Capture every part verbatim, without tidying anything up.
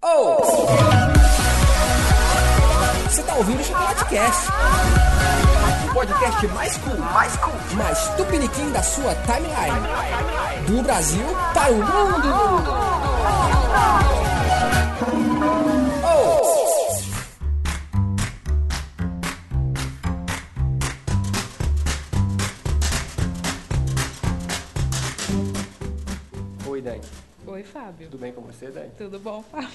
Oh! Você tá ouvindo o ChocolateCast, o podcast mais cool, mais cool, mais tupiniquim da sua timeline, do Brasil para o mundo. Oh! Oi, Dani. Oi, Fábio. Tudo bem com você, Dani? Tudo bom, Fábio?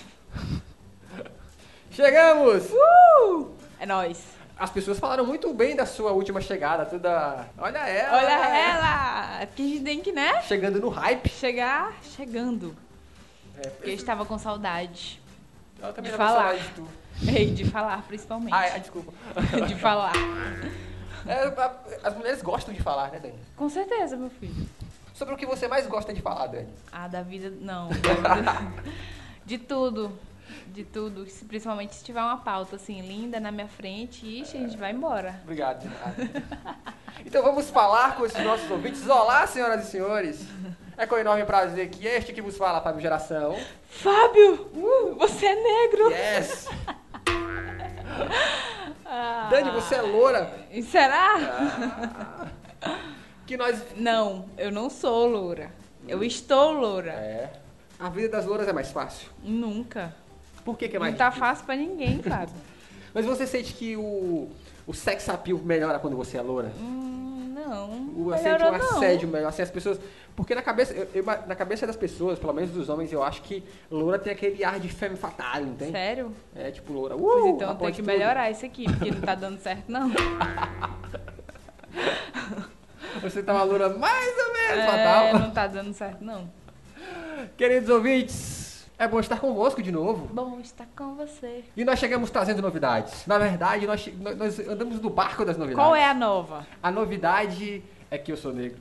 Chegamos! Uh! É nóis. As pessoas falaram muito bem da sua última chegada, toda... Olha ela! Olha ela! É porque a gente tem que, né? Chegando no hype. Chegar chegando. É, Porque eu estava com saudade. Ela também de tava com falar. saudade de tu. Ei, de falar, principalmente. Ai, ai, desculpa. De falar. É, a- as mulheres gostam de falar, né, Dani? Com certeza, meu filho. Sobre o que você mais gosta de falar, Dani? Ah, da vida, não. Da vida- De tudo. De tudo. Se- Principalmente se tiver uma pauta, assim, linda na minha frente, ixi, a gente vai embora. Obrigado, de nada. Então vamos falar com esses nossos ouvintes. Olá, senhoras e senhores. É com enorme prazer que este que vos fala, Fábio Geração. Fábio! Você é negro! Yes! Ah, Dani, você é loura. e será? Que nós... Não, eu não sou loura. Eu estou loura. É. A vida das louras é mais fácil. Nunca. Por que que é mais Não tá difícil? fácil pra ninguém, Fábio. Mas você sente que o, o sex appeal melhora quando você é loura? Hum, não. O sente Melhorou, um não. assédio melhor, assim, as pessoas... Porque na cabeça, eu- eu- na cabeça das pessoas, pelo menos dos homens, eu acho que loura tem aquele ar de femme fatale, não tem? Sério? É tipo loura. Uh, Pois então tem pode que tudo. melhorar isso aqui, porque não tá dando certo, não. Você tá uma loura mais ou menos É, fatal. não tá dando certo, não. Queridos ouvintes, é bom estar convosco de novo. Bom estar com você. E nós chegamos trazendo novidades. Na verdade, nós, che- nós- nós andamos no barco das novidades. Qual é a nova? A novidade é que eu sou negro.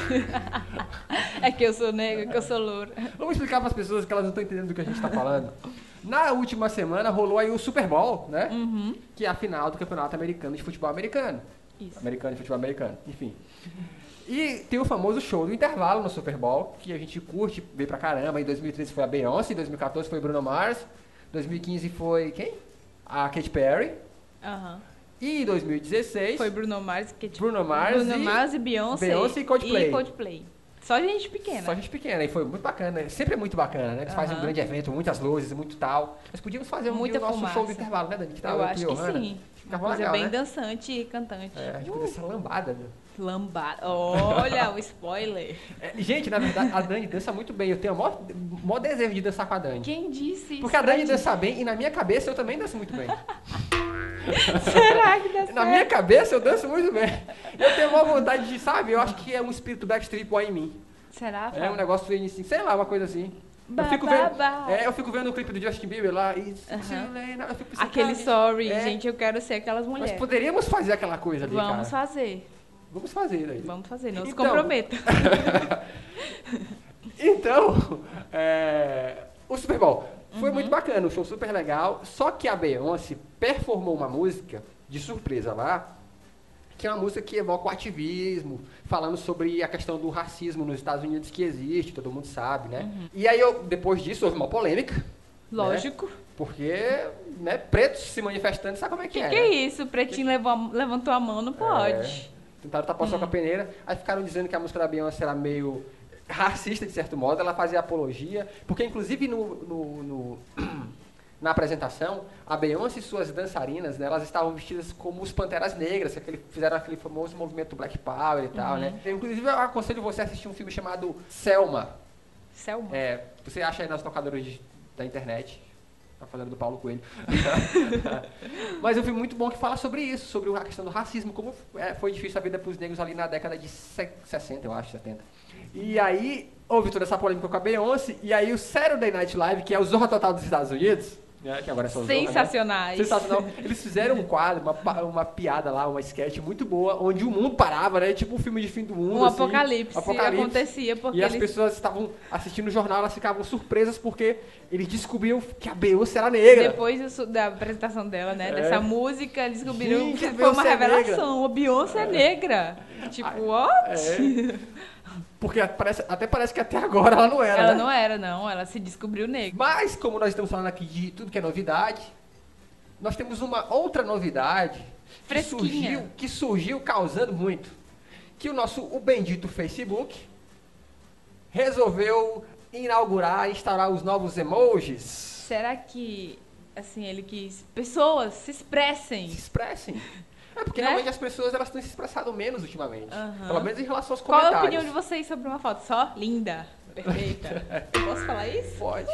É que eu sou negra, que eu sou loura. Vamos explicar para as pessoas que elas não estão entendendo do que a gente está falando. Na última semana rolou aí o Super Bowl, né? Uhum. Que é a final do Campeonato Americano de Futebol Americano. Isso. Americano de futebol americano, enfim. E tem o famoso show do intervalo no Super Bowl, que a gente curte, vê pra caramba. Em dois mil e treze foi a Beyoncé, em dois mil e quatorze foi Bruno Mars, dois mil e quinze foi quem? A Katy Perry. Aham. E em dois mil e dezesseis Foi Bruno Mars, que tipo, Bruno Mars Bruno e Mars e Beyoncé. Beyoncé e Coldplay. E Coldplay. Só gente pequena. só gente pequena, e foi muito bacana, né? Sempre é muito bacana, né? Eles fazem um Aham. grande evento, muitas luzes, muito tal. Nós podíamos fazer um Muita dia o nosso fumaça. show do intervalo, né, Dani? Que tava Eu eu acho e que Johanna. sim. Ficava Uma coisa legal, bem né? dançante e cantante. É, a gente podia ser lambada, né? Lambada. Olha o spoiler. É, gente, na verdade, a Dani dança muito bem. Eu tenho o maior, maior desejo de dançar com a Dani. Quem disse isso? Porque a pra Dani ti? dança bem e na minha cabeça eu também danço muito bem. Será que dá certo? Na minha cabeça eu danço muito bem. Eu tenho uma vontade de, sabe? Eu acho que é um espírito Backstreet Boy em mim. Será, É um Fábio? negócio assim, sei lá, uma coisa assim. Eu Ba, fico ba, vendo, ba. é, eu fico vendo o clipe do Justin Bieber lá e Aham. eu fico pensando, Aquele cara, sorry, é, gente, eu quero ser aquelas Nós mulheres. poderíamos fazer aquela coisa ali, Vamos cara. fazer. Vamos fazer aí. Vamos fazer, não se Então- comprometa. Então, é, o Super Bowl foi Uhum. muito bacana, um show super legal. Só que a Beyoncé performou uma música de surpresa lá, que é uma música que evoca o ativismo, falando sobre a questão do racismo nos Estados Unidos que existe, todo mundo sabe, né? Uhum. E aí, eu, depois disso, houve uma polêmica, Lógico. porque né, pretos se manifestando, sabe como é que, Que é? que né? é isso? O pretinho levou a- levantou a mão, não pode. Tentaram tapar o Hum. sol com a peneira, aí ficaram dizendo que a música da Beyoncé era meio racista, de certo modo, ela fazia apologia, porque inclusive no, no- no- na apresentação, a Beyoncé e suas dançarinas, né, elas estavam vestidas como os Panteras Negras, que aquele, fizeram aquele famoso movimento Black Power e tal, Uhum. né? Inclusive eu aconselho você a assistir um filme chamado Selma, Selma. é, você acha aí nas tocadoras de- da internet. Tá falando do Paulo Coelho. Mas é um filme muito bom que fala sobre isso, sobre a questão do racismo, como é, foi difícil a vida para os negros ali na década de se- sessenta, eu acho, setenta. E aí, houve toda essa polêmica com a Beyoncé, e aí o Saturday Night Live, que é o Zorra Total dos Estados Unidos, né, que agora é só o Zorra, né? Sensacionais. Sensacional. Eles fizeram um quadro, uma, pa- uma piada lá, uma sketch muito boa, onde o mundo parava, né? Tipo um filme de fim do mundo. Um assim, apocalipse, acontecia porque E as eles... pessoas estavam assistindo o jornal, elas ficavam surpresas porque eles descobriam que a Beyoncé era negra. Depois disso- da apresentação dela, né? É. Dessa música, eles descobriram Gente, que a foi uma Beyoncé é revelação. A Beyoncé é negra. Tipo, what? É. Porque parece, até parece que até agora ela não era, Ela né? não era, não. Ela se descobriu negra. Mas, como nós estamos falando aqui de tudo que é novidade, nós temos uma outra novidade que Fresquinha. surgiu, que surgiu causando muito. Que o nosso, o bendito Facebook, resolveu inaugurar, instaurar os novos emojis. Será que, assim, ele quis... Pessoas se expressem. Se expressem. É porque Né? realmente as pessoas elas têm se expressado menos ultimamente. Aham. Pelo menos em relação aos Qual é a comentários. opinião de vocês sobre uma foto? Só linda, perfeita. Eu posso falar isso? Pode.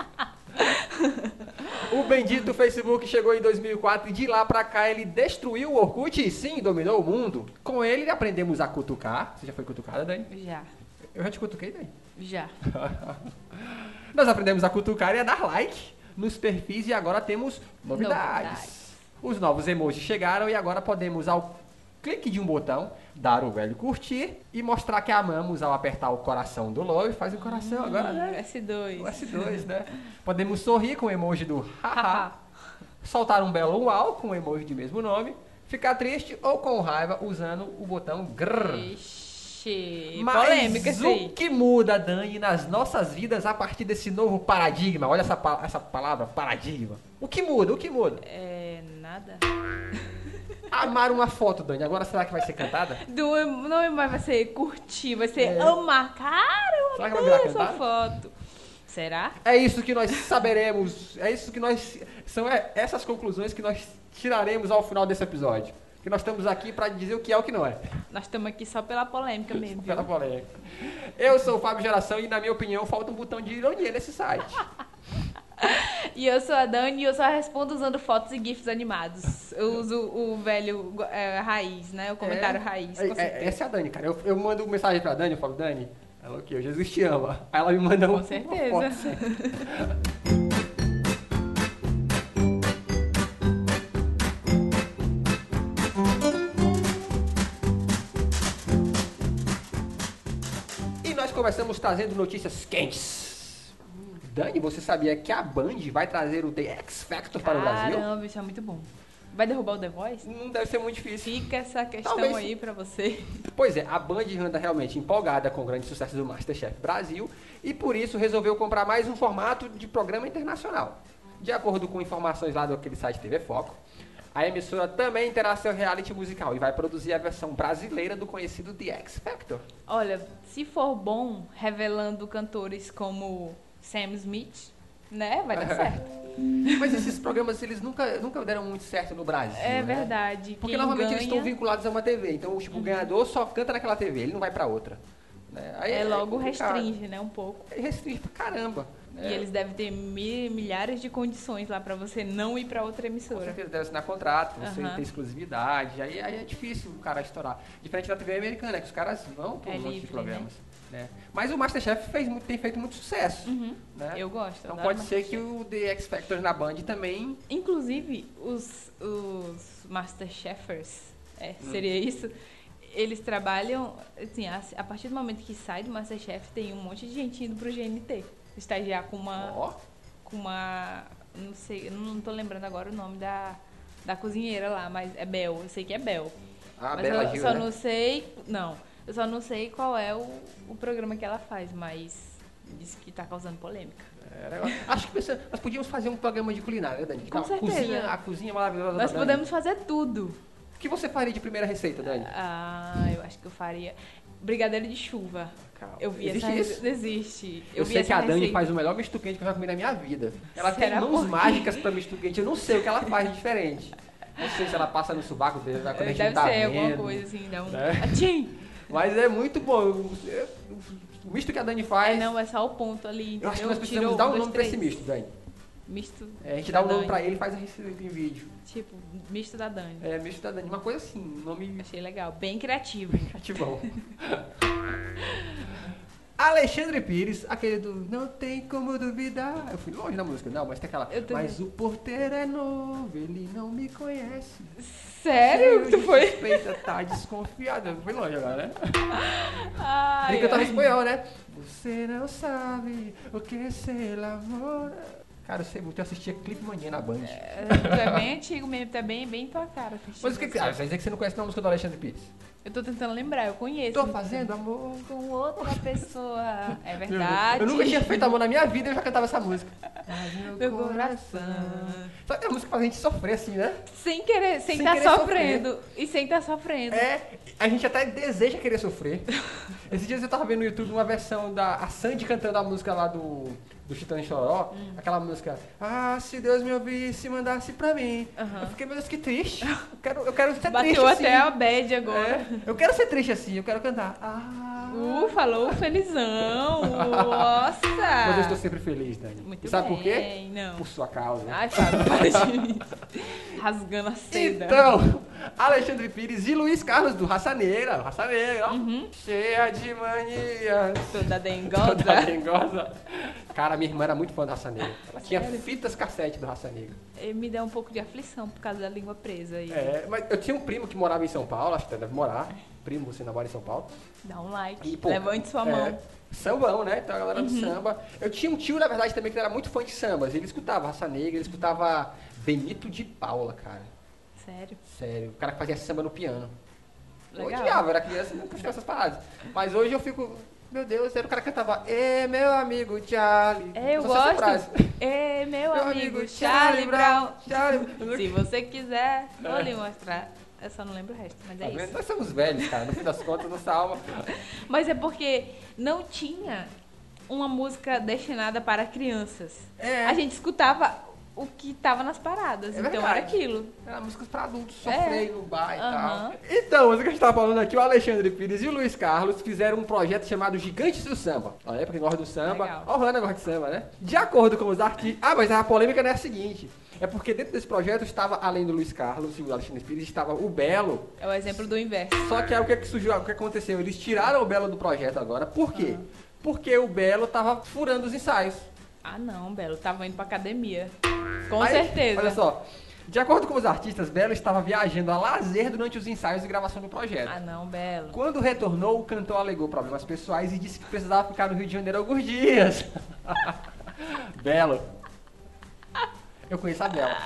O bendito Facebook chegou em dois mil e quatro e de lá pra cá ele destruiu o Orkut e sim, dominou o mundo. Com ele aprendemos a cutucar. Você já foi cutucada, Dani? Já, Eu já te cutuquei, Dani. já. Nós aprendemos a cutucar e a dar like nos perfis e agora temos novidades. Novidades. Os novos emojis chegaram e agora podemos, ao clique de um botão, dar o velho curtir e mostrar que amamos ao apertar o coração do love. Faz o coração agora, né? S dois. O S dois, né? Podemos sorrir com o emoji do haha, soltar um belo uau com o emoji de mesmo nome, ficar triste ou com raiva usando o botão grrr. Ixi, Mas polêmica isso o aí. que muda, Dani, nas nossas vidas a partir desse novo paradigma? Olha essa, pa- essa palavra, paradigma. O que muda? O que muda? É, nada. Amar uma foto, Dani. Agora será que vai ser cantada? Do, não mais vai ser curtir, vai ser É. amar. Cara, eu Será que vai virar amei essa cantada? foto. Será? É isso que nós saberemos. É isso que nós. São é- essas conclusões que nós tiraremos ao final desse episódio. Que nós estamos aqui para dizer o que é e o que não é. Nós estamos aqui só pela polêmica mesmo, viu? Pela polêmica. Eu sou o Fábio Geração e, na minha opinião, falta um botão de ironia nesse site. E eu sou a Dani e eu só respondo usando fotos e gifs animados. Eu uso o velho é, raiz, né? O comentário É, raiz, é, com é, certeza. essa é a Dani, cara. Eu, eu mando mensagem pra Dani, eu falo, Dani, ela o quê? O Jesus te ama. Aí ela me manda um, Com certeza. uma foto sempre. E nós começamos trazendo notícias quentes. Dani, você sabia que a Band vai trazer o The X Factor para o Brasil? Caramba, isso é muito bom. Vai derrubar o The Voice? Não deve ser muito difícil. Fica essa questão Talvez- aí pra você. Pois é, a Band anda realmente empolgada com o grande sucesso do MasterChef Brasil e por isso resolveu comprar mais um formato de programa internacional. De acordo com informações lá daquele site T V Foco, a emissora também terá seu reality musical e vai produzir a versão brasileira do conhecido The X Factor. Olha, se for bom, revelando cantores como Sam Smith, né? Vai dar certo. Mas esses programas, eles nunca, nunca deram muito certo no Brasil, É né? verdade. Porque Quem normalmente eles ganha estão vinculados a uma T V, então tipo, o ganhador só canta naquela T V, ele não vai pra outra. Né? Aí é logo complicado. restringe, né? Um pouco. É restringe pra caramba. né? E eles devem ter mi- milhares de condições lá pra você não ir pra outra Com emissora. certeza deve assinar contrato, você Aham. tem exclusividade, aí, aí é difícil o cara estourar. Diferente da T V americana, que os caras vão por É um monte de livre, programas. Né? Mas o MasterChef fez, muito- tem feito muito sucesso. Uhum. Né? Eu gosto. Então adoro pode ser Masterchef. que o The X Factor na Band também. Inclusive, os, os Masterchefers, é, Hum. seria isso, eles trabalham, assim, a, a partir do momento que sai do Masterchef, tem um monte de gente indo pro G N T. Estagiar com uma, Ó, com uma, não sei, eu não tô lembrando agora o nome da, da cozinheira lá, mas é Bel, eu sei que é Bel. a mas Bela eu Gil, só né? não sei, não, eu só não sei qual é o, o programa que ela faz, mas disse que tá causando polêmica. É, legal. Acho que pensa- nós podíamos fazer um programa de culinária, né, Dani? Com Não, a certeza. cozinha, a cozinha maravilhosa Nós da Dani. podemos fazer tudo. O que você faria de primeira receita, Dani? Ah, eu acho que eu faria brigadeiro de chuva. Calma. Eu vi Existe essa isso? receita. Existe. Eu, vi sei essa que a Dani receita. faz o melhor misto quente que eu já comi na minha vida. Ela Será tem mãos por quê? mágicas pra misto quente. Eu não sei o que ela faz de diferente. Não sei se ela passa no sovaco dele, quando a gente Deve não tá ser alguma vendo. coisa assim, dá um. né? Atchim! Mas é muito bom. O misto que a Dani faz. É, não, é só o ponto ali. eu acho que entendeu? nós precisamos Tirou dar um dois, nome pra esse três. misto, Dani. Misto. É, a gente da dá um nome Dani. pra ele e faz a receita em vídeo. Tipo, misto da Dani. É, misto da Dani. Uma coisa assim, um nome Achei legal, bem criativo. cativão. Alexandre Pires, aquele do Não Tem Como Duvidar. Eu fui longe na música, não, mas tem aquela. Eu também. Mas o porteiro é novo, ele não me conhece. Sério? Cheiro Tu de foi? suspeita, tá desconfiado. Eu fui longe agora, né? Ai, Tem que cantar em ai. espanhol, né? Você não sabe o que é ser amor. Cara, eu sei muito, eu assistia Clipe Mania na Band. É, tu é bem antigo mesmo, tu é bem, bem tua cara. Mas o que que. Ah, você vai dizer que você não conhece nenhuma música do Alexandre Pires? Eu tô tentando lembrar, eu conheço. Tô fazendo amor com outra pessoa. É verdade. Eu nunca tinha feito amor na minha vida e eu já cantava essa música. Meu coração. Só que é a música faz a gente sofrer assim, né? Sem querer, sem Sem estar querer sofrendo. sofrer. E sem estar sofrendo. É, a gente até deseja querer sofrer. Esses dias eu tava vendo no YouTube uma versão da a Sandy cantando a música lá do, do Chitão e Chororó. Hum. Aquela música, ah, se Deus me ouvisse e mandasse pra mim. Uhum. Eu fiquei, meu Deus, que triste. Eu quero, eu quero ser Bateu triste até assim. a bad agora. É, eu quero ser triste assim, eu quero cantar. Ah. Uh, falou felizão. Nossa. Mas eu estou sempre feliz, Dani. Muito e sabe bem. por quê? Não. Por sua causa. Ai, Fábio, para de mim. Rasgando a seda. Então, Alexandre Pires e Luiz Carlos do Raça Negra. Raça Negra, ó. Uhum. Cheia de mania. Toda dengosa. Toda dengosa. Cara, minha irmã era muito fã do Raça Negra. Ela tinha Sério? fitas cassete do Raça Negra. Me dá um pouco de aflição por causa da língua presa aí. É, mas eu tinha um primo que morava em São Paulo, acho que deve morar. Primo, você namora em São Paulo. Dá um like. E, pô, levante sua é, mão. Sambão, né? Então a galera do Uhum. samba. Eu tinha um tio, na verdade, também que era muito fã de sambas. Ele escutava Raça Negra, ele escutava Benito de Paula, cara. Sério? Sério. O cara que fazia samba no piano. Eu Legal. odiava, era criança e não curtia essas paradas. Mas hoje eu fico, meu Deus, era o cara que cantava, Ê, meu amigo Charlie. Eu Só essa gosto. frase. Ê, meu, Meu amigo, amigo Charlie Brown. Charlie- Se você quiser, vou É. lhe mostrar. Eu só não lembro o resto, mas é Tá vendo? isso. Nós somos velhos, cara. No fim das contas, nossa alma. Mas é porque não tinha uma música destinada para crianças. É. A gente escutava o que estava nas paradas, É então verdade. era aquilo. Era músicas pra adultos, É. sofrer no bar e Aham. tal. Então, mas o que a gente tava falando aqui, o Alexandre Pires e o Luiz Carlos fizeram um projeto chamado Gigantes do Samba. Olha aí, pra quem gosta do samba. Legal. Ó, o Hanna gosta de samba, né? De acordo com os artistas... Ah, mas a polêmica não é a seguinte. É porque dentro desse projeto estava, além do Luiz Carlos e o Alexandre Pires, estava o Belo. É o exemplo do inverso. Só que aí o que, é que surgiu, o que aconteceu? Eles tiraram o Belo do projeto agora. Por quê? Aham. Porque o Belo tava furando os ensaios. Ah, não, Belo, tava indo pra academia. Com Aí, certeza. Olha só. De acordo com os artistas, Belo estava viajando a lazer durante os ensaios e gravação do projeto. Ah, não, Belo. Quando retornou, o cantor alegou problemas pessoais e disse que precisava ficar no Rio de Janeiro alguns dias. Belo. Eu conheço a Bela.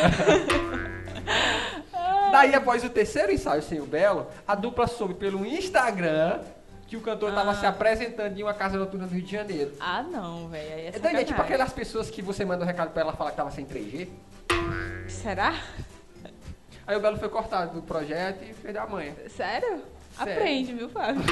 Daí, após o terceiro ensaio sem o Belo, a dupla soube pelo Instagram que o cantor estava Ah. se apresentando em uma casa noturna do Rio de Janeiro. Ah, não, velho. Aí é É, Dani, é sacanagem. tipo aquelas pessoas que você manda um recado pra ela falar que tava sem três G. Será? Aí o Belo foi cortado do projeto e fez da manha. Sério? Sério. Aprende, viu, Fábio?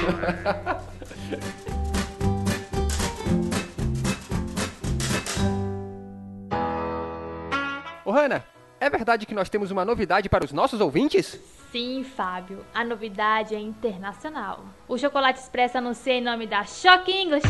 Ô, Hanna, é verdade que nós temos uma novidade para os nossos ouvintes? Sim, Fábio, a novidade é internacional. O Chocolate Expresso anuncia em nome da Choque English.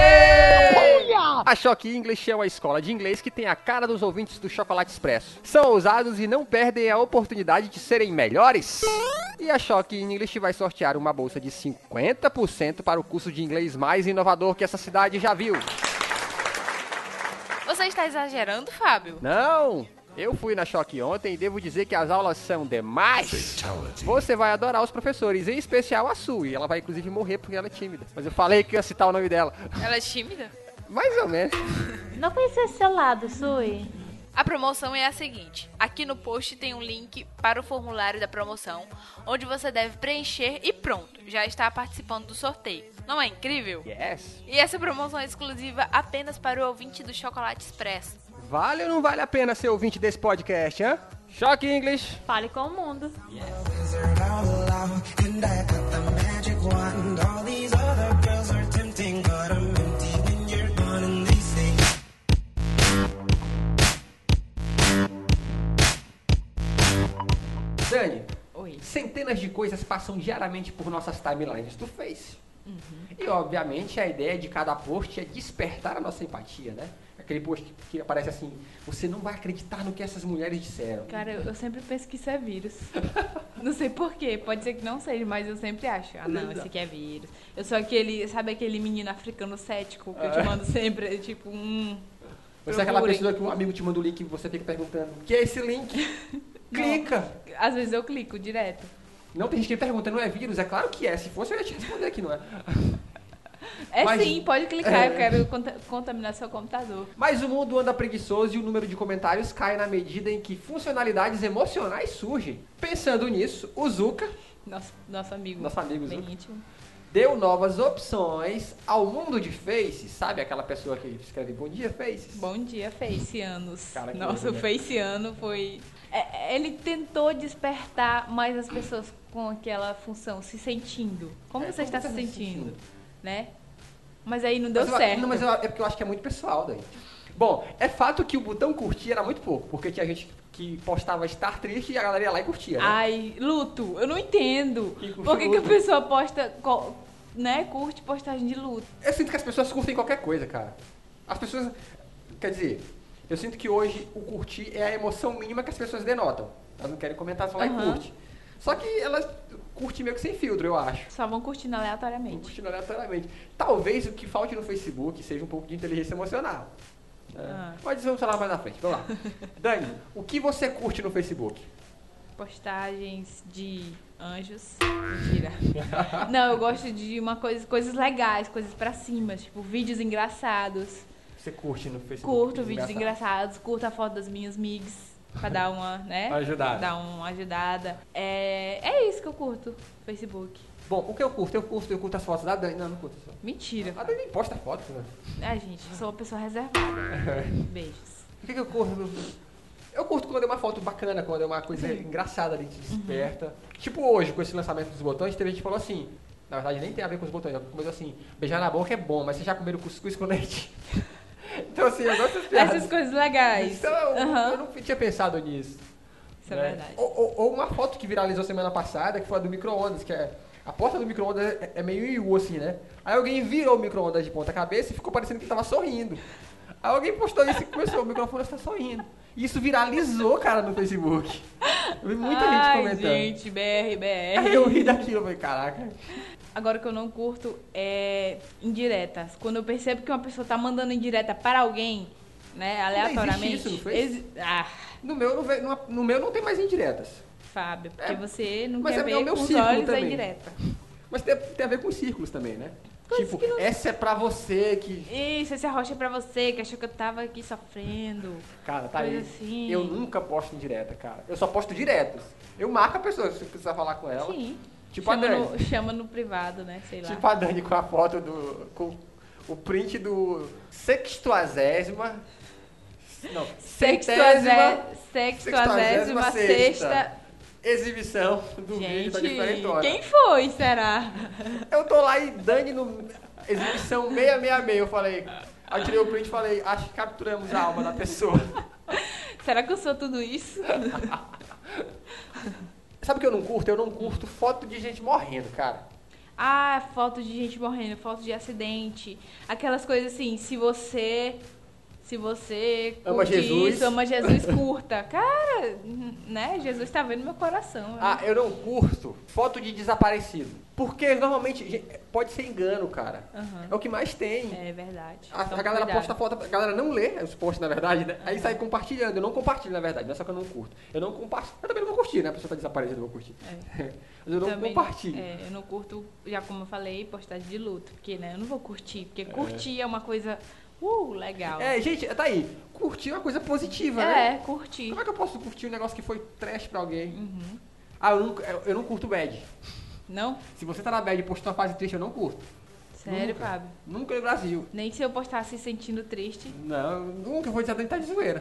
A Choque English é uma escola de inglês que tem a cara dos ouvintes do Chocolate Expresso. São ousados e não perdem a oportunidade de serem melhores. E a Choque English vai sortear uma bolsa de cinquenta por cento para o curso de inglês mais inovador que essa cidade já viu. Você está exagerando, Fábio? Não! Eu fui na Choque ontem e devo dizer que as aulas são demais. Você vai adorar os professores, em especial a Sui. Ela vai inclusive morrer porque ela é tímida. Mas eu falei que ia citar o nome dela. Ela é tímida? Mais ou menos. Não conhecia esse seu lado, Sui? A promoção é a seguinte: aqui no post tem um link para o formulário da promoção, onde você deve preencher e pronto, já está participando do sorteio. Não é incrível? Yes. E essa promoção é exclusiva apenas para o ouvinte do Chocolate Expresso. Vale ou não vale a pena ser ouvinte desse podcast, hã? Choque English. Fale com o mundo. Wizard all alone, and I got the magic wand. All these other girls are tempting, but I'm empty when you're gone, and they say Dani, Oi. centenas de coisas passam diariamente por nossas timelines do Face. E, obviamente, a ideia de cada post é despertar a nossa empatia, né? Aquele post que, que aparece assim, você não vai acreditar no que essas mulheres disseram. Cara, eu, eu sempre penso que isso é vírus. Não sei porquê, pode ser que não seja, mas eu sempre acho. Ah, não, esse aqui é vírus. Eu sou aquele, sabe aquele menino africano cético que eu te mando sempre, é tipo, hum... Você é aquela procurem. pessoa que um amigo te manda o link e você fica perguntando, o que é esse link? Clica! Às vezes eu clico direto. Não, tem gente que pergunta, não é vírus? É claro que é, se fosse eu ia te responder aqui, não é? É Mas- sim, pode clicar, é. eu quero conta- contaminar seu computador. Mas o mundo anda preguiçoso e o número de comentários cai na medida em que funcionalidades emocionais surgem. Pensando nisso, o Zuka, Nosso, nosso amigo. Nosso amigo bem Zuc. íntimo. deu novas opções ao mundo de Faces. Sabe aquela pessoa que escreve Bom dia, Faces? Bom dia, Faceanos. Cara, que Nossa, o louco, né? Faceano foi... é, ele tentou despertar mais as pessoas com aquela função, se sentindo. Como É, você como está você se tá se sentindo, sentindo? né? Mas aí não deu Mas eu- certo. Não, mas eu- é porque eu acho que é muito pessoal daí. Bom, é fato que o botão curtir era muito pouco, porque tinha gente que postava estar triste e a galera ia lá e curtia, né? Ai, luto, eu não entendo. Quem curte Por que, que a luto? pessoa posta, co- né, curte postagem de luto? Eu sinto que as pessoas curtem qualquer coisa, cara. As pessoas... Quer dizer, eu sinto que hoje o curtir é a emoção mínima que as pessoas denotam. Elas não querem comentar, só lá e Aham. curte. Só que elas curtem meio que sem filtro, eu acho. Só vão curtindo Vou aleatoriamente. curtindo aleatoriamente. Talvez o que falte no Facebook seja um pouco de inteligência emocional. né? Ah. Pode vamos falar mais na frente. Vamos lá. Dani, o que você curte no Facebook? Postagens de anjos. Mentira. Não, eu gosto de uma coisa, coisas legais, coisas pra cima, tipo vídeos engraçados. Você curte no Facebook? Curto vídeos engraçados, curto a foto das minhas migs pra dar uma, né? Ajudada. Dar uma ajudada. É, é isso que eu curto, Facebook. Bom, o que eu curto? Eu curto, eu curto as fotos da Dani. Não, não curto só. Mentira. A Dani nem posta foto, né? Ai, gente, sou uma pessoa reservada. Beijos. O que, que eu curto? Eu curto quando é uma foto bacana, quando é uma coisa Sim. engraçada, a gente desperta. Tipo hoje, com esse lançamento dos botões, teve gente que falou assim, na verdade nem tem a ver com os botões, mas assim, beijar na boca é bom, mas vocês já comeram cuscuz com leite? Então assim, eu gosto dessas piadas. Essas coisas legais. Então, eu, Aham. eu não tinha pensado nisso. Isso é né? verdade. Ou, ou- ou uma foto que viralizou semana passada, que foi a do micro-ondas, que é... A porta do micro-ondas é, é meio U, assim, né? Aí alguém virou o micro-ondas de ponta cabeça e ficou parecendo que tava sorrindo. Aí alguém postou isso e começou, o microfone está sorrindo. E isso viralizou, cara, no Facebook. Eu vi muita Ai, gente comentando. gente, B R, B R. Aí eu ri daquilo, eu falei, caraca. Agora o que eu não curto é indiretas. Quando eu percebo que uma pessoa tá mandando indireta para alguém, né, aleatoriamente. existe isso, não fez? exi- Ah, No meu não, ve- no, no meu não tem mais indiretas. Fábio, porque É, você não mas quer é- ver é o meu com os círculo olhos a também. indireta. Mas tem, tem a ver com os círculos também, né? Coisas Tipo, que não- essa é pra você que... Isso, esse arrocha é pra você, que achou que eu tava aqui sofrendo. Cara, tá Coisa aí. assim. Eu nunca posto indireta, cara. Eu só posto diretos. Eu marco a pessoa se precisar falar com ela. Sim. Tipo a chama, Dani. no, chama no privado, né? Sei lá. Tipo a Dani com a foto do... Com o print do sextuagésima... Não, centésima... Sextuagésima sexta. Exibição do vídeo da Gente, diferentona. quem foi, será? Eu tô lá e Dani no... Exibição seiscentos e sessenta e seis. Eu falei... Aí eu tirei o print e falei, acho que capturamos a alma da pessoa. Será que eu sou tudo isso? Sabe o que eu não curto? Eu não curto foto de gente morrendo, cara. Ah, foto de gente morrendo, foto de acidente. Aquelas coisas assim, se você. Se você Ama curte Jesus. isso, ama Jesus, curta. Cara, né? Jesus tá vendo meu coração. né? Ah, eu não curto foto de desaparecido. Porque normalmente gente, pode ser engano, cara. Aham. É o que mais tem. É verdade. A, Toma a galera cuidado. posta foto, a galera não lê os posts, na verdade, né? Aí sai compartilhando. Eu não compartilho, na verdade, não é só que eu não curto. Eu não compartilho. Eu também não vou curtir, né? A pessoa tá desaparecida, eu vou curtir. É. Mas eu não Também compartilho. é, eu não curto, já como eu falei, postagem de luto. Porque, né, eu não vou curtir. Porque curtir é uma coisa, uh, legal. É, gente, tá aí. Curtir é uma coisa positiva, né? É, curtir. Como é que eu posso curtir um negócio que foi trash pra alguém? Uhum. Ah, eu não, eu, eu não curto bad. Não? Se você tá na bad e postou uma fase triste, eu não curto. Sério, Nunca. Fábio? Nunca no Brasil. Nem se eu postasse se sentindo triste. Não, nunca vou dizer que tá de zoeira.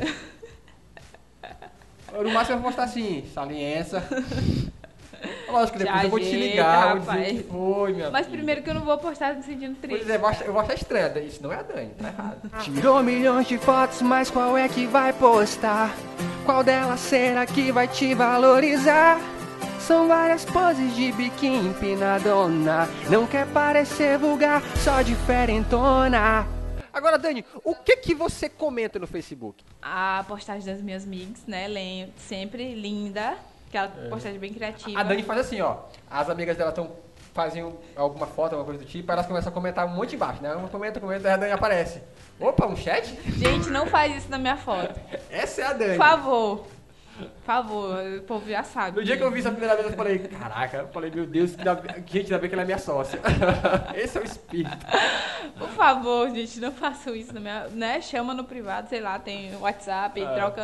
Eu, no máximo eu vou postar assim, saliência. Lógico que depois eu vou te ajeita, ligar, vou dizer rapaz. o que foi, minha Mas filha. primeiro que eu não vou postar me sentindo triste. Pois é, eu vou achar, eu vou achar estranha. Isso não é a Dani, tá errado. Tirou milhões de fotos, mas qual é que vai postar? Qual delas será que vai te valorizar? São várias poses de biquíni empinadona. Não quer parecer vulgar, só diferentona. Agora, Dani, o que que você comenta no Facebook? A postagem das minhas migs, né? Lem- sempre linda. Aquela postagem bem criativa. A Dani faz assim, ó. As amigas dela estão fazem alguma foto, alguma coisa do tipo, aí elas começam a comentar um monte embaixo, né? Uma comenta, comenta, aí a Dani aparece. Opa, um chat? Gente, não faz isso na minha foto. Essa é a Dani. Por favor. Por favor, o povo já sabe. No dia que eu vi isso a primeira vez, eu falei, caraca, eu falei, meu Deus, que da... gente, ainda bem que ela é minha sócia. Esse é o espírito. Por favor, gente, não façam isso na minha... Né? Chama no privado, sei lá, tem WhatsApp, Ah. troca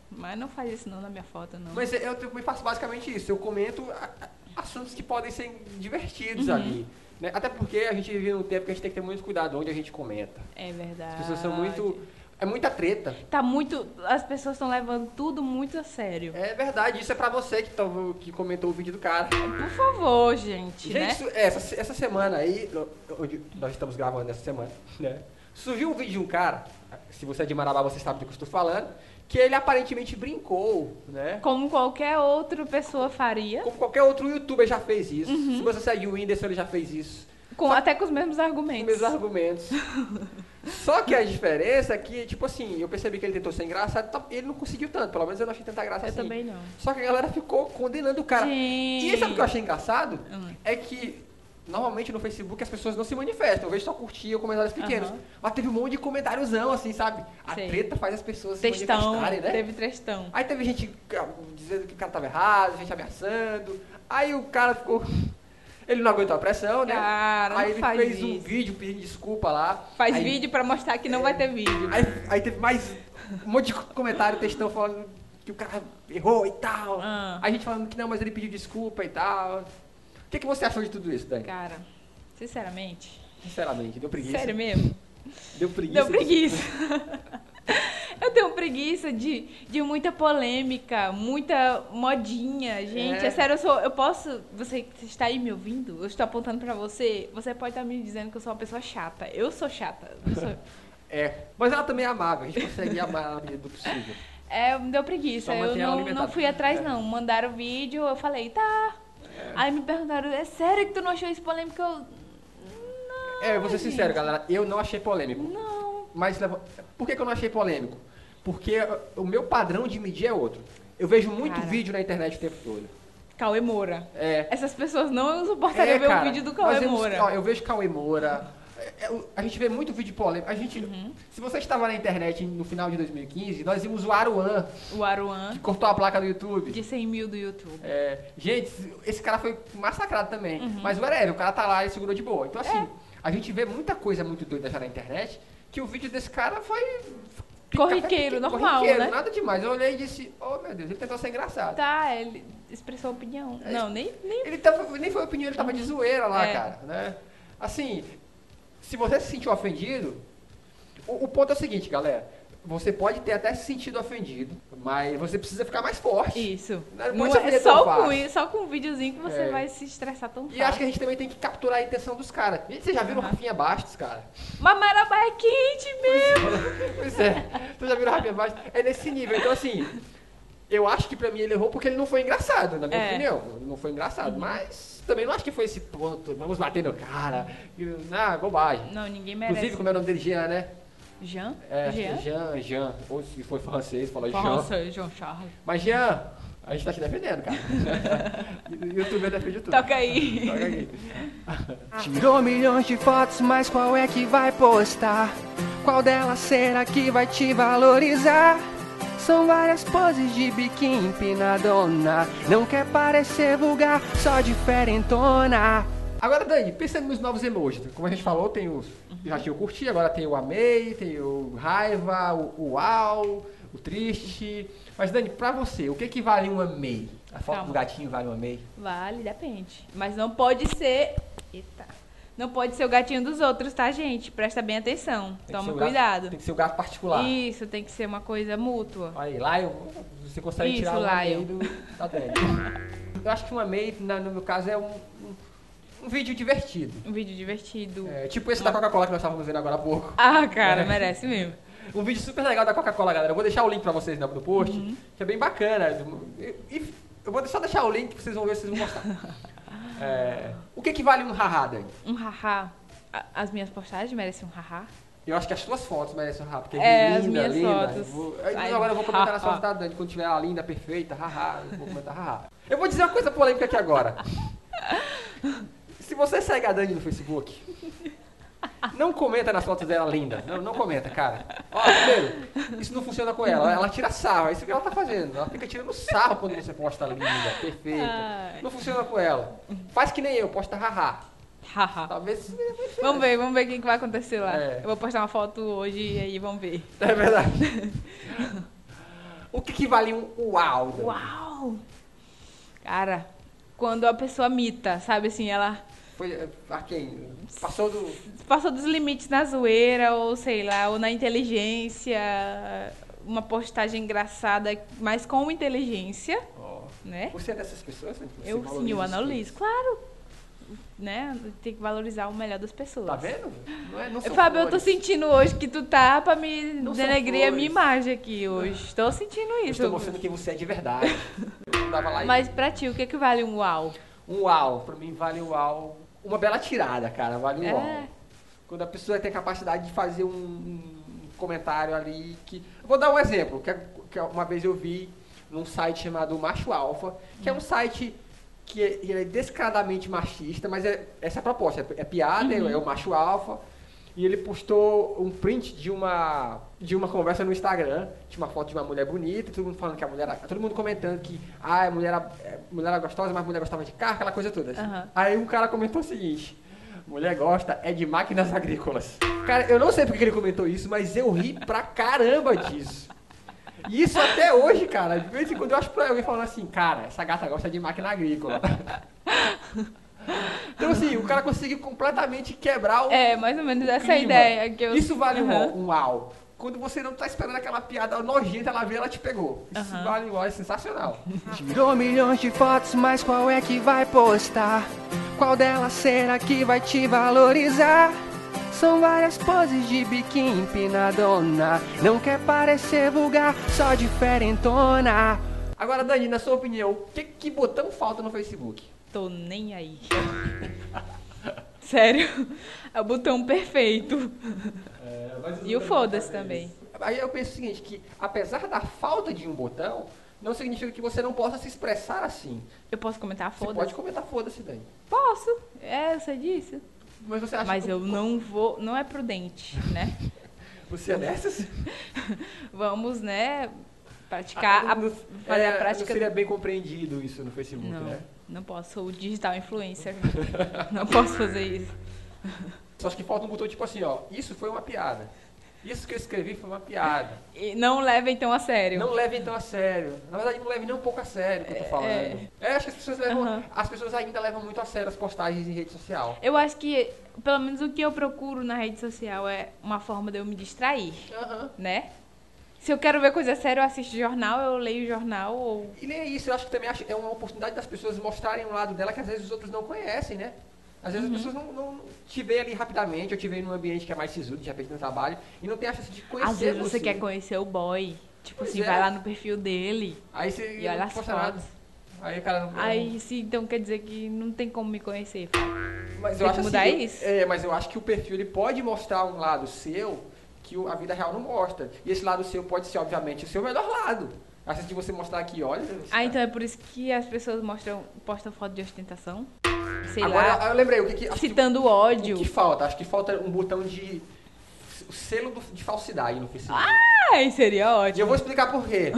Mas não faz isso não na minha foto, não. Mas eu também faço basicamente isso. Eu comento a- a- assuntos que podem ser divertidos ali. Né? Até porque a gente vive num tempo que a gente tem que ter muito cuidado onde a gente comenta. É verdade. As pessoas são muito... É muita treta. Tá muito... As pessoas estão levando tudo muito a sério. É verdade, isso é pra você que, tá, que comentou o vídeo do cara. Por favor, gente, Gente, né? isso- essa, essa semana aí, onde nós estamos gravando essa semana, né? Surgiu um vídeo de um cara, se você é de Marabá, você sabe do que eu estou falando, que ele aparentemente brincou, né? Como qualquer outra pessoa faria. Como qualquer outro youtuber já fez isso. Se você segue o Whindersson, ele já fez isso. Com, até com os mesmos Com argumentos. os mesmos argumentos. Só que a diferença é que, tipo assim, eu percebi que ele tentou ser engraçado, tá- ele não conseguiu tanto, pelo menos eu não achei tanta graça Eu assim. também não. Só que a galera ficou condenando o cara. Gente. E sabe o que eu achei engraçado? Hum. É que, normalmente no Facebook as pessoas não se manifestam, eu vejo só curtir ou comentários pequenos. Aham. Mas teve um monte de comentáriozão, assim, sabe? A Sei. treta faz as pessoas se Textão. manifestarem, né? Teve textão. Aí teve gente ah, dizendo que o cara tava errado, gente ameaçando. Aí o cara ficou... Ele não aguentou a pressão, né? Cara, aí não ele faz fez um isso. vídeo pedindo desculpa lá. Faz Aí- vídeo pra mostrar que não vai ter vídeo. Aí, aí teve mais um monte de comentário, textão falando que o cara errou e tal. Ah. Aí a gente falando que não, mas ele pediu desculpa e tal. O que, que você achou de tudo isso, Dani? Cara, sinceramente. Sinceramente, deu preguiça. Sério mesmo? Deu preguiça. Deu preguiça. Eu tenho preguiça de, de muita polêmica, muita modinha, gente. É. É, sério, eu sou. Eu posso. Você que está aí me ouvindo, eu estou apontando pra você. Você pode estar me dizendo que eu sou uma pessoa chata. Eu sou chata. Eu sou- É, mas ela também é amável, a gente consegue amar ela na medida do possível. É, me deu preguiça. Só Eu mantém ela não, alimentada. não fui atrás, É. não. Mandaram o vídeo, eu falei, tá. Aí me perguntaram, é sério que tu não achou isso polêmico? Eu. Não. É, eu vou ser sincero, galera, eu não achei polêmico. Não. Mas leva- por que, que eu não achei polêmico? Porque o meu padrão de medir é outro. Eu vejo muito Cara. vídeo na internet o tempo todo. Cauê Moura. É, Essas pessoas não suportariam é, ver cara, o vídeo do nós Cauê vemos- Moura. ó, eu vejo Cauê Moura. é, é, o- a gente vê muito vídeo polêmico. A gente, Uhum. se você estava na internet no final de dois mil e quinze, nós vimos o Aruan, O Aruan, que cortou a placa do YouTube. de cem mil do YouTube. É, gente, esse cara foi massacrado também. Uhum. Mas whatever, o cara tá lá e segurou de boa. Então, assim, É. a gente vê muita coisa muito doida já na internet, que o vídeo desse cara foi... Corriqueiro, café- normal, corriqueiro, né? nada demais. Eu olhei e disse, oh meu Deus, ele tentou ser engraçado. Tá, ele expressou opinião. É. Não, nem, nem. Ele tava, nem foi opinião, ele tava de zoeira lá, É. cara, né? Assim, se você se sentiu ofendido, o, o ponto é o seguinte, galera. Você pode ter até se sentido ofendido, mas você precisa ficar mais forte. Isso. Não pode Não se é ofender tão só fácil. com isso, só com um videozinho que você É. vai se estressar tão fácil. E acho que a gente também tem que capturar a intenção dos caras. Gente, vocês já viram o Aham. Rafinha Bastos, cara? Mas Marabá é quente mesmo. Pois é. Vocês já viram o Rafinha Bastos? É nesse nível. Então, assim, eu acho que pra mim ele errou porque ele não foi engraçado, na minha É. opinião. Ele não foi engraçado. Mas também não acho que foi esse ponto. Vamos bater no cara. Ah, bobagem. Não, ninguém merece. Inclusive, como é o nome dele? Jean, né? Jean? É, acho que é Jean? Jean, Jean. Ou se foi francês, falou Jean. Nossa, João Charles. Mas Jean, a gente tá te defendendo, cara. O youtuber defende tudo. Toca aí. Toca aí. Tirou milhões de fotos, mas qual é que vai postar? Qual delas será que vai te valorizar? São várias poses de biquíni empinadona. Não quer parecer vulgar, só diferentona. Agora, Dani, pensando nos novos emojis. Como a gente falou, tem os. Já tinha o curtir, agora tem o amei, tem o raiva, o, o uau, o triste. Mas, Dani, pra você, o que que vale um amei? A foto Calma. do gatinho vale um amei? Vale, depende. Mas não pode ser. Eita. Não pode ser o gatinho dos outros, tá, gente? Presta bem atenção. Tem que Toma ser o gato- cuidado. Tem que ser o gato particular. Isso, tem que ser uma coisa mútua. Olha aí, lá eu, você consegue Isso, tirar o Lion. amei do, da Dani. Eu acho que um amei, na- no meu caso, é um, um, um vídeo divertido. Um vídeo divertido. É, tipo esse da Coca-Cola que nós estávamos vendo agora há pouco. Ah, cara, É. merece mesmo. Um vídeo super legal da Coca-Cola, galera. Eu vou deixar o link pra vocês no no post, Uhum. que é bem bacana. E, e eu vou só deixar o link que vocês vão ver, vocês vão gostar. É, o que que vale um haha, Dani? Um haha. A- As minhas postagens merecem um haha? Eu acho que as suas fotos merecem um haha, porque É, linda, as minhas linda. fotos. Eu vou- Ai, agora eu vou comentar nas haha. fotos da Dani, quando tiver ela linda, perfeita, haha, eu vou comentar haha. Eu vou dizer uma coisa polêmica aqui agora. Se você segue a Dani no Facebook, não comenta nas fotos dela linda. Não, não comenta, cara. Ó, primeiro, isso não funciona com ela. Ela tira sarro, é isso que ela tá fazendo. Ela fica tirando sarro quando você posta linda, perfeita. Ai. Não funciona com ela. Faz que nem eu, posta haha. Haha. Talvez. Vamos ver, vamos ver o que que vai acontecer lá. É. Eu vou postar uma foto hoje e aí vamos ver. É verdade. O que, que vale um uau? Dani? Uau! Cara, quando a pessoa mita, sabe assim, ela Foi eh, a quem? Passou do... passou dos limites na zoeira, ou sei lá, ou na inteligência, uma postagem engraçada, mas com inteligência, Ó, né? Você é dessas pessoas? Né? Você Eu valoriza sim, eu os analiso, claro. Né? Tem que valorizar o melhor das pessoas. Tá vendo? Não é, não são Fábio, eu tô flores. sentindo hoje que tu tá pra me Não são denegrir a minha flores. imagem aqui hoje. Tô sentindo Eu isso. estou mostrando quem você é de verdade. Eu dava lá e- Mas pra ti, o que que vale um uau? Um uau, pra mim vale um uau. Uma bela tirada, cara, vale um É. uau. Quando a pessoa tem a capacidade de fazer um, um comentário ali que... Eu vou dar um exemplo, que, é- que uma vez eu vi num site chamado Macho Alfa, que é um site que é, ele é descaradamente machista, mas é, essa é a proposta, é, é piada, é, é o Macho Alfa, e ele postou um print de uma, de uma conversa no Instagram, tinha uma foto de uma mulher bonita, e todo mundo falando que a mulher era, todo mundo comentando que ah, a mulher era, a mulher era gostosa, mas a mulher gostava de carro, aquela coisa toda. assim. Aham. Aí um cara comentou o seguinte: mulher gosta é de máquinas agrícolas. Cara, eu não sei porque que ele comentou isso, mas eu ri pra caramba disso. E isso até hoje, cara, de vez em quando eu acho pra alguém falando assim, cara, essa gata gosta de máquina agrícola. Então assim, o cara conseguiu completamente quebrar o É, mais ou menos essa clima. ideia que eu... Isso vale um, Aham. um uau. Quando você não tá esperando aquela piada nojenta, ela vê, ela te pegou. Isso Aham. vale um uau, é sensacional. Tirou milhões de fotos, mas qual é que vai postar? Qual delas será que vai te valorizar? São várias poses de biquíni empinadona. Não quer parecer vulgar, só diferentona. Agora, Dani, na sua opinião, o que, que botão falta no Facebook? Tô nem aí. Sério. É o botão perfeito. E o foda-se também. Aí eu penso o seguinte, que apesar da falta de um botão, não significa que você não possa se expressar assim. Eu posso comentar Você foda-se? pode comentar foda-se, Dani. Posso. É, você disse. Mas você acha Mas que eu não vou... Não é prudente, né? você é dessas? Vamos, né, praticar, a, não, fazer é, a prática... não seria bem compreendido isso no Facebook, Não, né? não posso. Sou digital influencer. Não posso fazer isso. Só acho que falta um botão tipo assim, ó, isso foi uma piada. Isso que eu escrevi foi uma piada. E não levem tão a sério. Não leve então a sério. Na verdade, não leve nem um pouco a sério o que eu tô falando. É, É. acho que as pessoas levam. Aham. As pessoas ainda levam muito a sério as postagens em rede social. Eu acho que, pelo menos o que eu procuro na rede social é uma forma de eu me distrair, Aham. né? Se eu quero ver coisa séria, eu assisto jornal, eu leio jornal, ou... E nem é isso, eu acho que também acho, é uma oportunidade das pessoas mostrarem um lado dela que às vezes os outros não conhecem, né? Às vezes Uhum. as pessoas não, não te veem ali rapidamente, ou te veem num ambiente que é mais sisudo, de repente no trabalho, e não tem a chance de conhecer Às vezes você você. quer conhecer o boy. Tipo Pois assim, é. vai lá no perfil dele Aí você e olha não as posta nada. fotos. Aí o cara não. Aí, se, então quer dizer que não tem como me conhecer. Mas tem eu que acho mudar assim, isso. É, mas eu acho que o perfil ele pode mostrar um lado seu que o- a vida real não mostra. E esse lado seu pode ser, obviamente, o seu melhor lado. A chance de você mostrar aqui, olha. esse Ah, cara- então é por isso que as pessoas mostram, postam foto de ostentação? Sei Agora, lá, eu lembrei, o que, que, acho que citando o ódio. que falta? Acho que falta um botão de o selo do- de falsidade no Facebook. Ai, seria E eu ótimo. vou explicar por quê.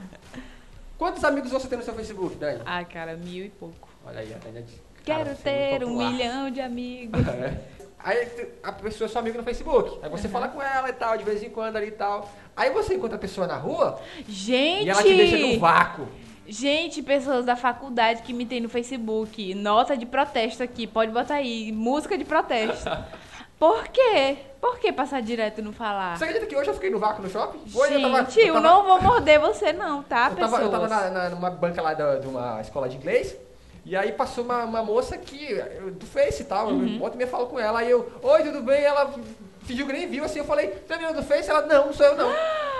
Quantos amigos você tem no seu Facebook, Dani? Ah, cara, mil e pouco. Olha aí, a Dani é de- Quero cara, você é ter muito um popular. milhão de amigos. É. Aí a pessoa é sua amiga no Facebook. Aí você fala com ela e tal, de vez em quando ali e tal. Aí você encontra a pessoa na rua Gente! e ela te deixa no vácuo. Gente, pessoas da faculdade que me tem no Facebook, nota de protesto aqui, pode botar aí, música de protesto. Por quê? Por que passar direto e não falar? Você acredita que hoje eu fiquei no vácuo no shopping? Hoje Gente, eu, tava, eu, tava- não vou morder você não, tá, eu pessoas? tava, eu tava na, na- numa banca lá da- de uma escola de inglês. E aí passou uma, uma moça que, eu- do Face e tal, Uhum. eu volta e meia falo com ela, aí eu, oi, tudo bem? Ela fingiu que nem viu, assim, eu falei, você é menina do Face? Ela, não, não sou eu não.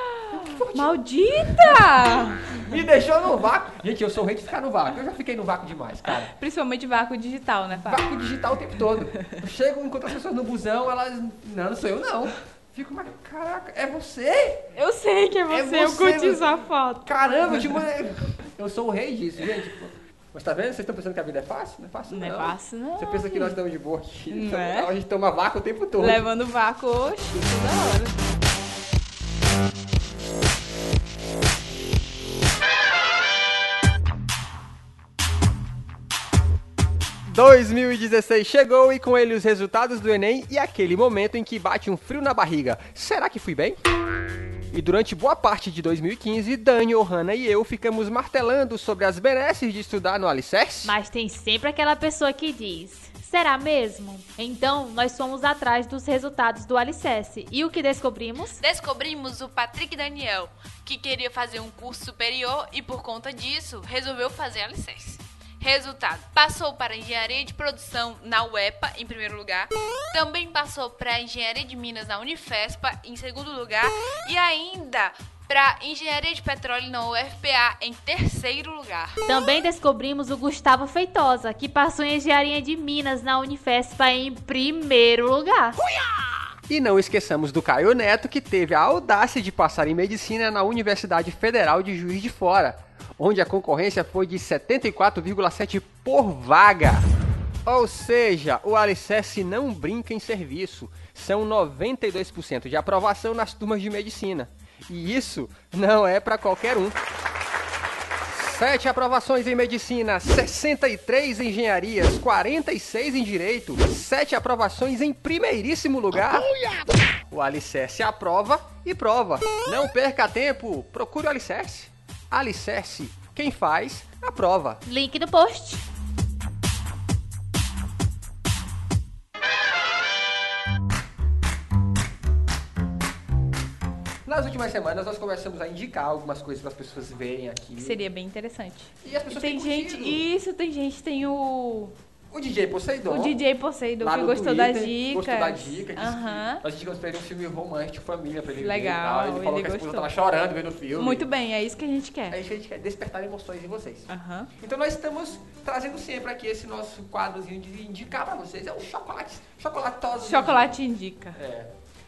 Maldita! Me deixou no vácuo. Gente, eu sou o rei de ficar no vácuo, eu já fiquei no vácuo demais, cara. Principalmente vácuo digital, né, Fábio? Vácuo digital o tempo todo. Eu chego, encontro as pessoas no busão, elas, não, não sou eu não. Fico, mas caraca, é você? Eu sei que é você, É eu você, curti você. sua foto. Caramba, eu te mandei. Eu sou o rei disso, gente. Mas tá vendo? Vocês estão pensando que a vida é fácil? Não é fácil Não não. é fácil, não. Você pensa que nós estamos de boa aqui. Não Então, é? A gente toma vácuo o tempo todo. Levando vácuo, oxi, toda hora. dois mil e dezesseis chegou e com ele os resultados do Enem e aquele momento em que bate um frio na barriga. Será que fui bem? E durante boa parte de dois mil e quinze, Dani, Ohana e eu ficamos martelando sobre as benesses de estudar no Alicerce. Mas tem sempre aquela pessoa que diz: será mesmo? Então, nós fomos atrás dos resultados do Alicerce. E o que descobrimos? Descobrimos o Patrick Daniel, que queria fazer um curso superior e por conta disso, resolveu fazer Alicerce. Resultado, passou para Engenharia de Produção na U E P A, em primeiro lugar. Também passou para Engenharia de Minas na Unifespa, em segundo lugar. E ainda para Engenharia de Petróleo na U F P A, em terceiro lugar. Também descobrimos o Gustavo Feitosa, que passou em Engenharia de Minas na Unifespa em primeiro lugar. E não esqueçamos do Caio Neto, que teve a audácia de passar em Medicina na Universidade Federal de Juiz de Fora, onde a concorrência foi de setenta e quatro vírgula sete por vaga. Ou seja, o Alicerce não brinca em serviço. São noventa e dois por cento de aprovação nas turmas de Medicina. E isso não é para qualquer um. Sete aprovações em Medicina, sessenta e três em Engenharias, quarenta e seis em Direito, sete aprovações em primeiríssimo lugar. O Alicerce aprova e prova. Não perca tempo, procure o Alicerce. Alicerce, quem faz, aprova. Link no post. Nas últimas semanas nós começamos a indicar algumas coisas para as pessoas verem aqui. Seria bem interessante. E as pessoas Tem têm gente, curtido. isso, tem gente, tem o O D J Poseidon. o D J Poseidon lá que no gostou Twitter, das dicas. Gostou da dica. Disse Aham. que nós indicamos pra ele um filme romântico, família, pra ele Legal, ver e tal. Ele falou ele que a esposa gostou. tava chorando vendo o filme. Muito bem, é isso que a gente É quer. isso que a gente quer, despertar emoções em vocês. Aham. Então nós estamos trazendo sempre aqui esse nosso quadrozinho de indicar pra vocês. É o chocolate, chocolatoso. Chocolate indica. É.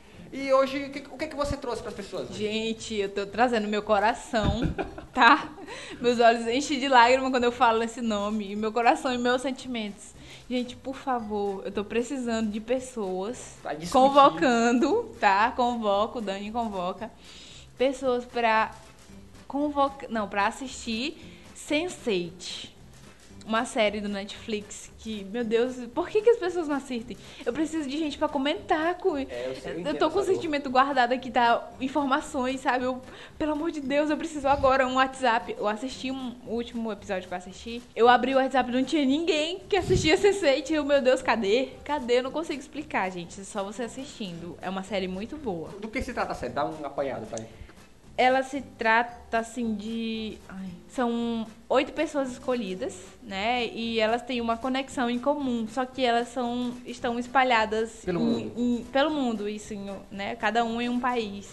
E hoje, o que, o que que você trouxe pras pessoas? hoje? Gente, eu tô trazendo meu coração, tá? Meus olhos enchem de lágrimas quando eu falo esse nome. E meu coração e meus sentimentos. Gente, por favor, eu tô precisando de pessoas Pra discutir. convocando, tá? Convoco, o Dani convoca. Pessoas pra convocar, não, pra assistir sense eight. Uma série do Netflix que, meu Deus, por que, que as pessoas não assistem? Eu preciso de gente pra comentar com. É, eu sei, eu eu entendo tô com o essa dor. sentimento guardado aqui, tá? Informações, sabe? Eu, pelo amor de Deus, eu preciso agora um WhatsApp. Eu assisti um o último episódio que eu assisti. Eu abri o WhatsApp, não tinha ninguém que assistia sense eight. Eu, meu Deus, cadê? Cadê? Eu não consigo explicar, gente. É só você assistindo. É uma série muito boa. Do que se trata a série? Dá um apanhado pra mim. Ela se trata, assim, de... ai, são oito pessoas escolhidas, né? E elas têm uma conexão em comum, só que elas são, estão espalhadas... Pelo em- mundo. em- pelo mundo, isso, em- né? Cada um em um país.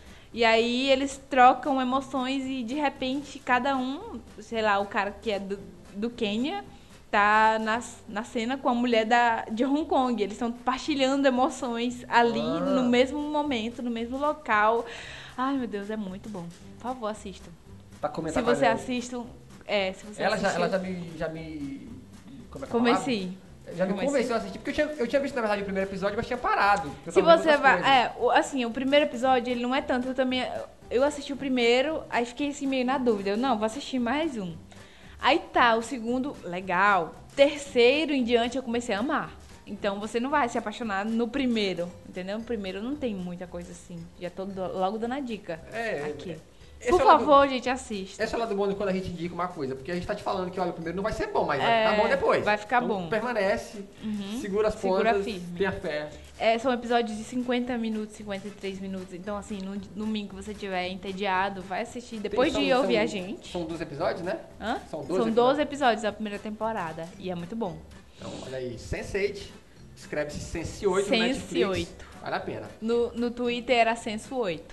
E aí eles trocam emoções e, de repente, cada um... Sei lá, o cara que é do, do Quênia tá na, na cena com a mulher da, de Hong Kong. Eles estão partilhando emoções ali, Ah. no mesmo momento, no mesmo local... Ai, meu Deus, é muito bom. Por favor, assistam. Pra comentar Se com a você gente. assistam... É, se você Ela já, assistiu, ela já me... Já me como é que é a Convenci. palavra? Já me Convenci. convenceu a assistir, porque eu tinha, eu tinha visto, na verdade, o primeiro episódio, mas tinha parado. porque eu Se tava vendo você outras vai... coisas. É, o- assim, o primeiro episódio, ele não é tanto. Eu também... Eu assisti o primeiro, aí fiquei assim meio na dúvida. Eu, não, vou assistir mais um. Aí tá, o segundo, legal. Terceiro em diante, eu comecei a amar. Então, você não vai se apaixonar no primeiro, entendeu? No primeiro não tem muita coisa assim. Já tô do- logo dando a dica É, aqui. esse Por é o lado- favor, gente, assista. Essa é o lado bom de quando a gente indica uma coisa, porque a gente tá te falando que, olha, o primeiro não vai ser bom, mas vai É, ficar bom depois. vai ficar Então, bom. permanece, segura as Segura pontas, firme. tenha fé. É, são episódios de cinquenta minutos, cinquenta e três minutos. Então, assim, no domingo que você estiver entediado, vai assistir depois Tem- de são- ouvir são- a gente. São doze episódios, né? Hã? São doze São episódios. doze episódios da primeira temporada. E é muito bom. Então, olha aí, sense eight, escreve-se sense oito no sense Netflix. oito. Vale a pena. No, no Twitter era Senso oito.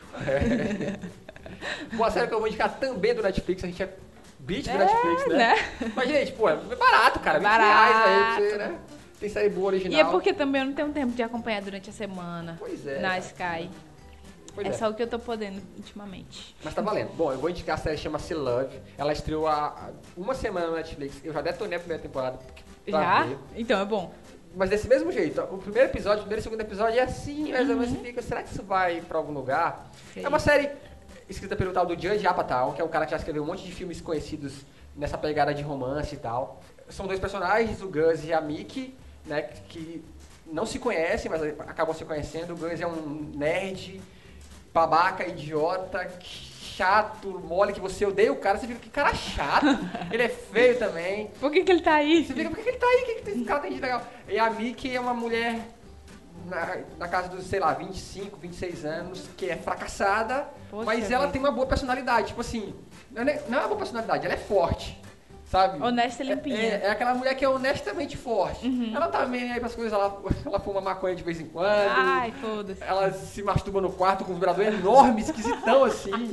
Uma série que eu vou indicar também do Netflix, a gente é beat do É, Netflix, né? né? Mas, gente, pô, é barato, cara. vinte Barato. reais aí pra você, né? Tem série boa original. E é porque também eu não tenho tempo de acompanhar durante a semana. Pois é, Na cara. Sky. Pois é, é. só o que eu tô podendo ultimamente. Mas tá valendo. Bom, eu vou indicar a série chama-se Love. Ela estreou há há uma semana no Netflix. Eu já detonei a primeira temporada. pra Já? ver. Então é bom. Mas desse mesmo jeito. O primeiro episódio, o primeiro e o segundo episódio é assim, mais ou Uhum. menos você fica, será que isso vai pra algum lugar? Sei. É uma série escrita pelo tal do Judd Apatow, que é um cara que já escreveu um monte de filmes conhecidos nessa pegada de romance e tal. São dois personagens, o Gus e a Mickey, né, que não se conhecem, mas acabam se conhecendo. O Gus é um nerd babaca, idiota, chato, mole, que você odeia o cara, você fica, que cara chato. Ele é feio também. Por que, que ele tá aí? Você fica, por que, que ele tá aí? O que, que esse cara tem de legal? E a Mickey é uma mulher na, na casa dos, sei lá, vinte e cinco, vinte e seis anos, que é fracassada, Poxa mas ela vida. tem uma boa personalidade. Tipo assim, não é, não é uma boa personalidade, ela é forte. Sabe? Honesta e É, limpinha. é, é aquela mulher que é honestamente forte. Uhum. Ela tá meio aí pras coisas, ela, ela fuma maconha de vez em quando. Ai, foda-se. Ela se masturba no quarto com um vibrador enorme, esquisitão assim.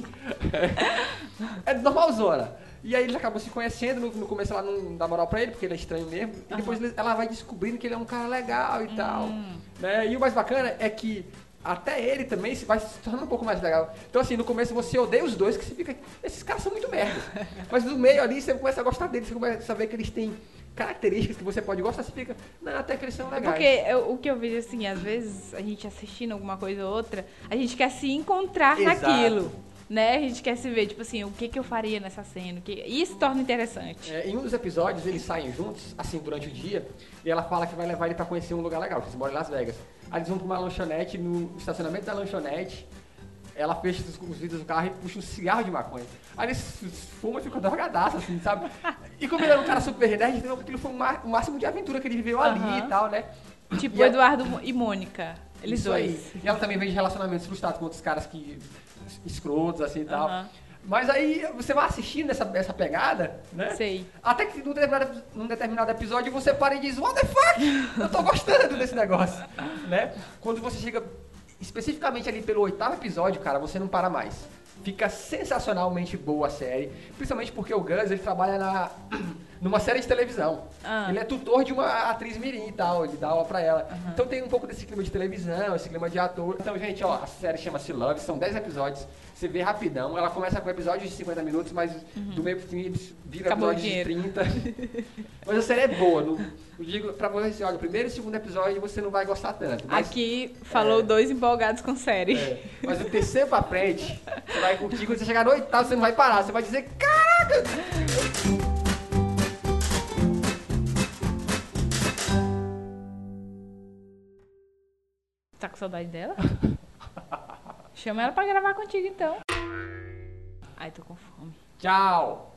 É, é normalzona. E aí eles acabam se conhecendo, no, no começo ela não dá moral pra ele, porque ele é estranho mesmo. E depois ele- ela vai descobrindo que ele é um cara legal e tal. Né? E o mais bacana é que até ele também se vai se tornando um pouco mais legal. Então assim, no começo você odeia os dois, que você fica, esses caras são muito merda. Mas no meio ali você começa a gostar deles, você começa a ver que eles têm características que você pode gostar, você fica, não, até que eles são É legais. porque eu- o que eu vejo assim, às vezes a gente assistindo alguma coisa ou outra, a gente quer se encontrar Exato. naquilo. Né? A gente quer se ver, tipo assim, o que, que eu faria nessa cena? O que... Isso torna interessante. É, em um dos episódios, eles saem juntos, assim, durante o dia, e ela fala que vai levar ele pra conhecer um lugar legal, que eles moram em Las Vegas. Aí eles vão pra uma lanchonete, no estacionamento da lanchonete, ela fecha os, os vidros do carro e puxa um cigarro de maconha. Aí eles fumam e ficam drogadaço, assim, sabe? E como ele era um cara super nerd, então aquilo foi o ma- o máximo de aventura que ele viveu ali Aham. e tal, né? Tipo E a- Eduardo e Mônica. Eles Isso dois. aí. E ela também vem de relacionamentos frustrados com outros caras que escrotos, assim e tal. Aham. Mas aí você vai assistindo essa, essa pegada, né? Sei. Até que num determinado, num determinado episódio você para e diz, what the fuck? Eu tô gostando desse negócio, né? Quando você chega especificamente ali pelo oitavo episódio, cara, você não para mais. Fica sensacionalmente boa a série, principalmente porque o Gus, ele trabalha na, numa série de televisão. Ah. Ele é tutor de uma atriz mirim e tal, ele dá aula pra ela. Então tem um pouco desse clima de televisão, esse clima de ator. Então, gente, ó, a série chama-se Love, são dez episódios, você vê rapidão. Ela começa com episódios de cinquenta minutos, mas do meio pro fim eles viram Acabou o episódios de dinheiro. trinta. Mas a série é boa. Não, eu digo pra você, olha, o primeiro e o segundo episódio você não vai gostar tanto. Mas, Aqui falou É. dois empolgados com série. é, mas o terceiro pra frente, você vai curtir. Quando você chegar no oitavo, você não vai parar. Você vai dizer, caraca! Tá com saudade dela? Chama ela pra gravar contigo então. Ai, tô com fome. Tchau!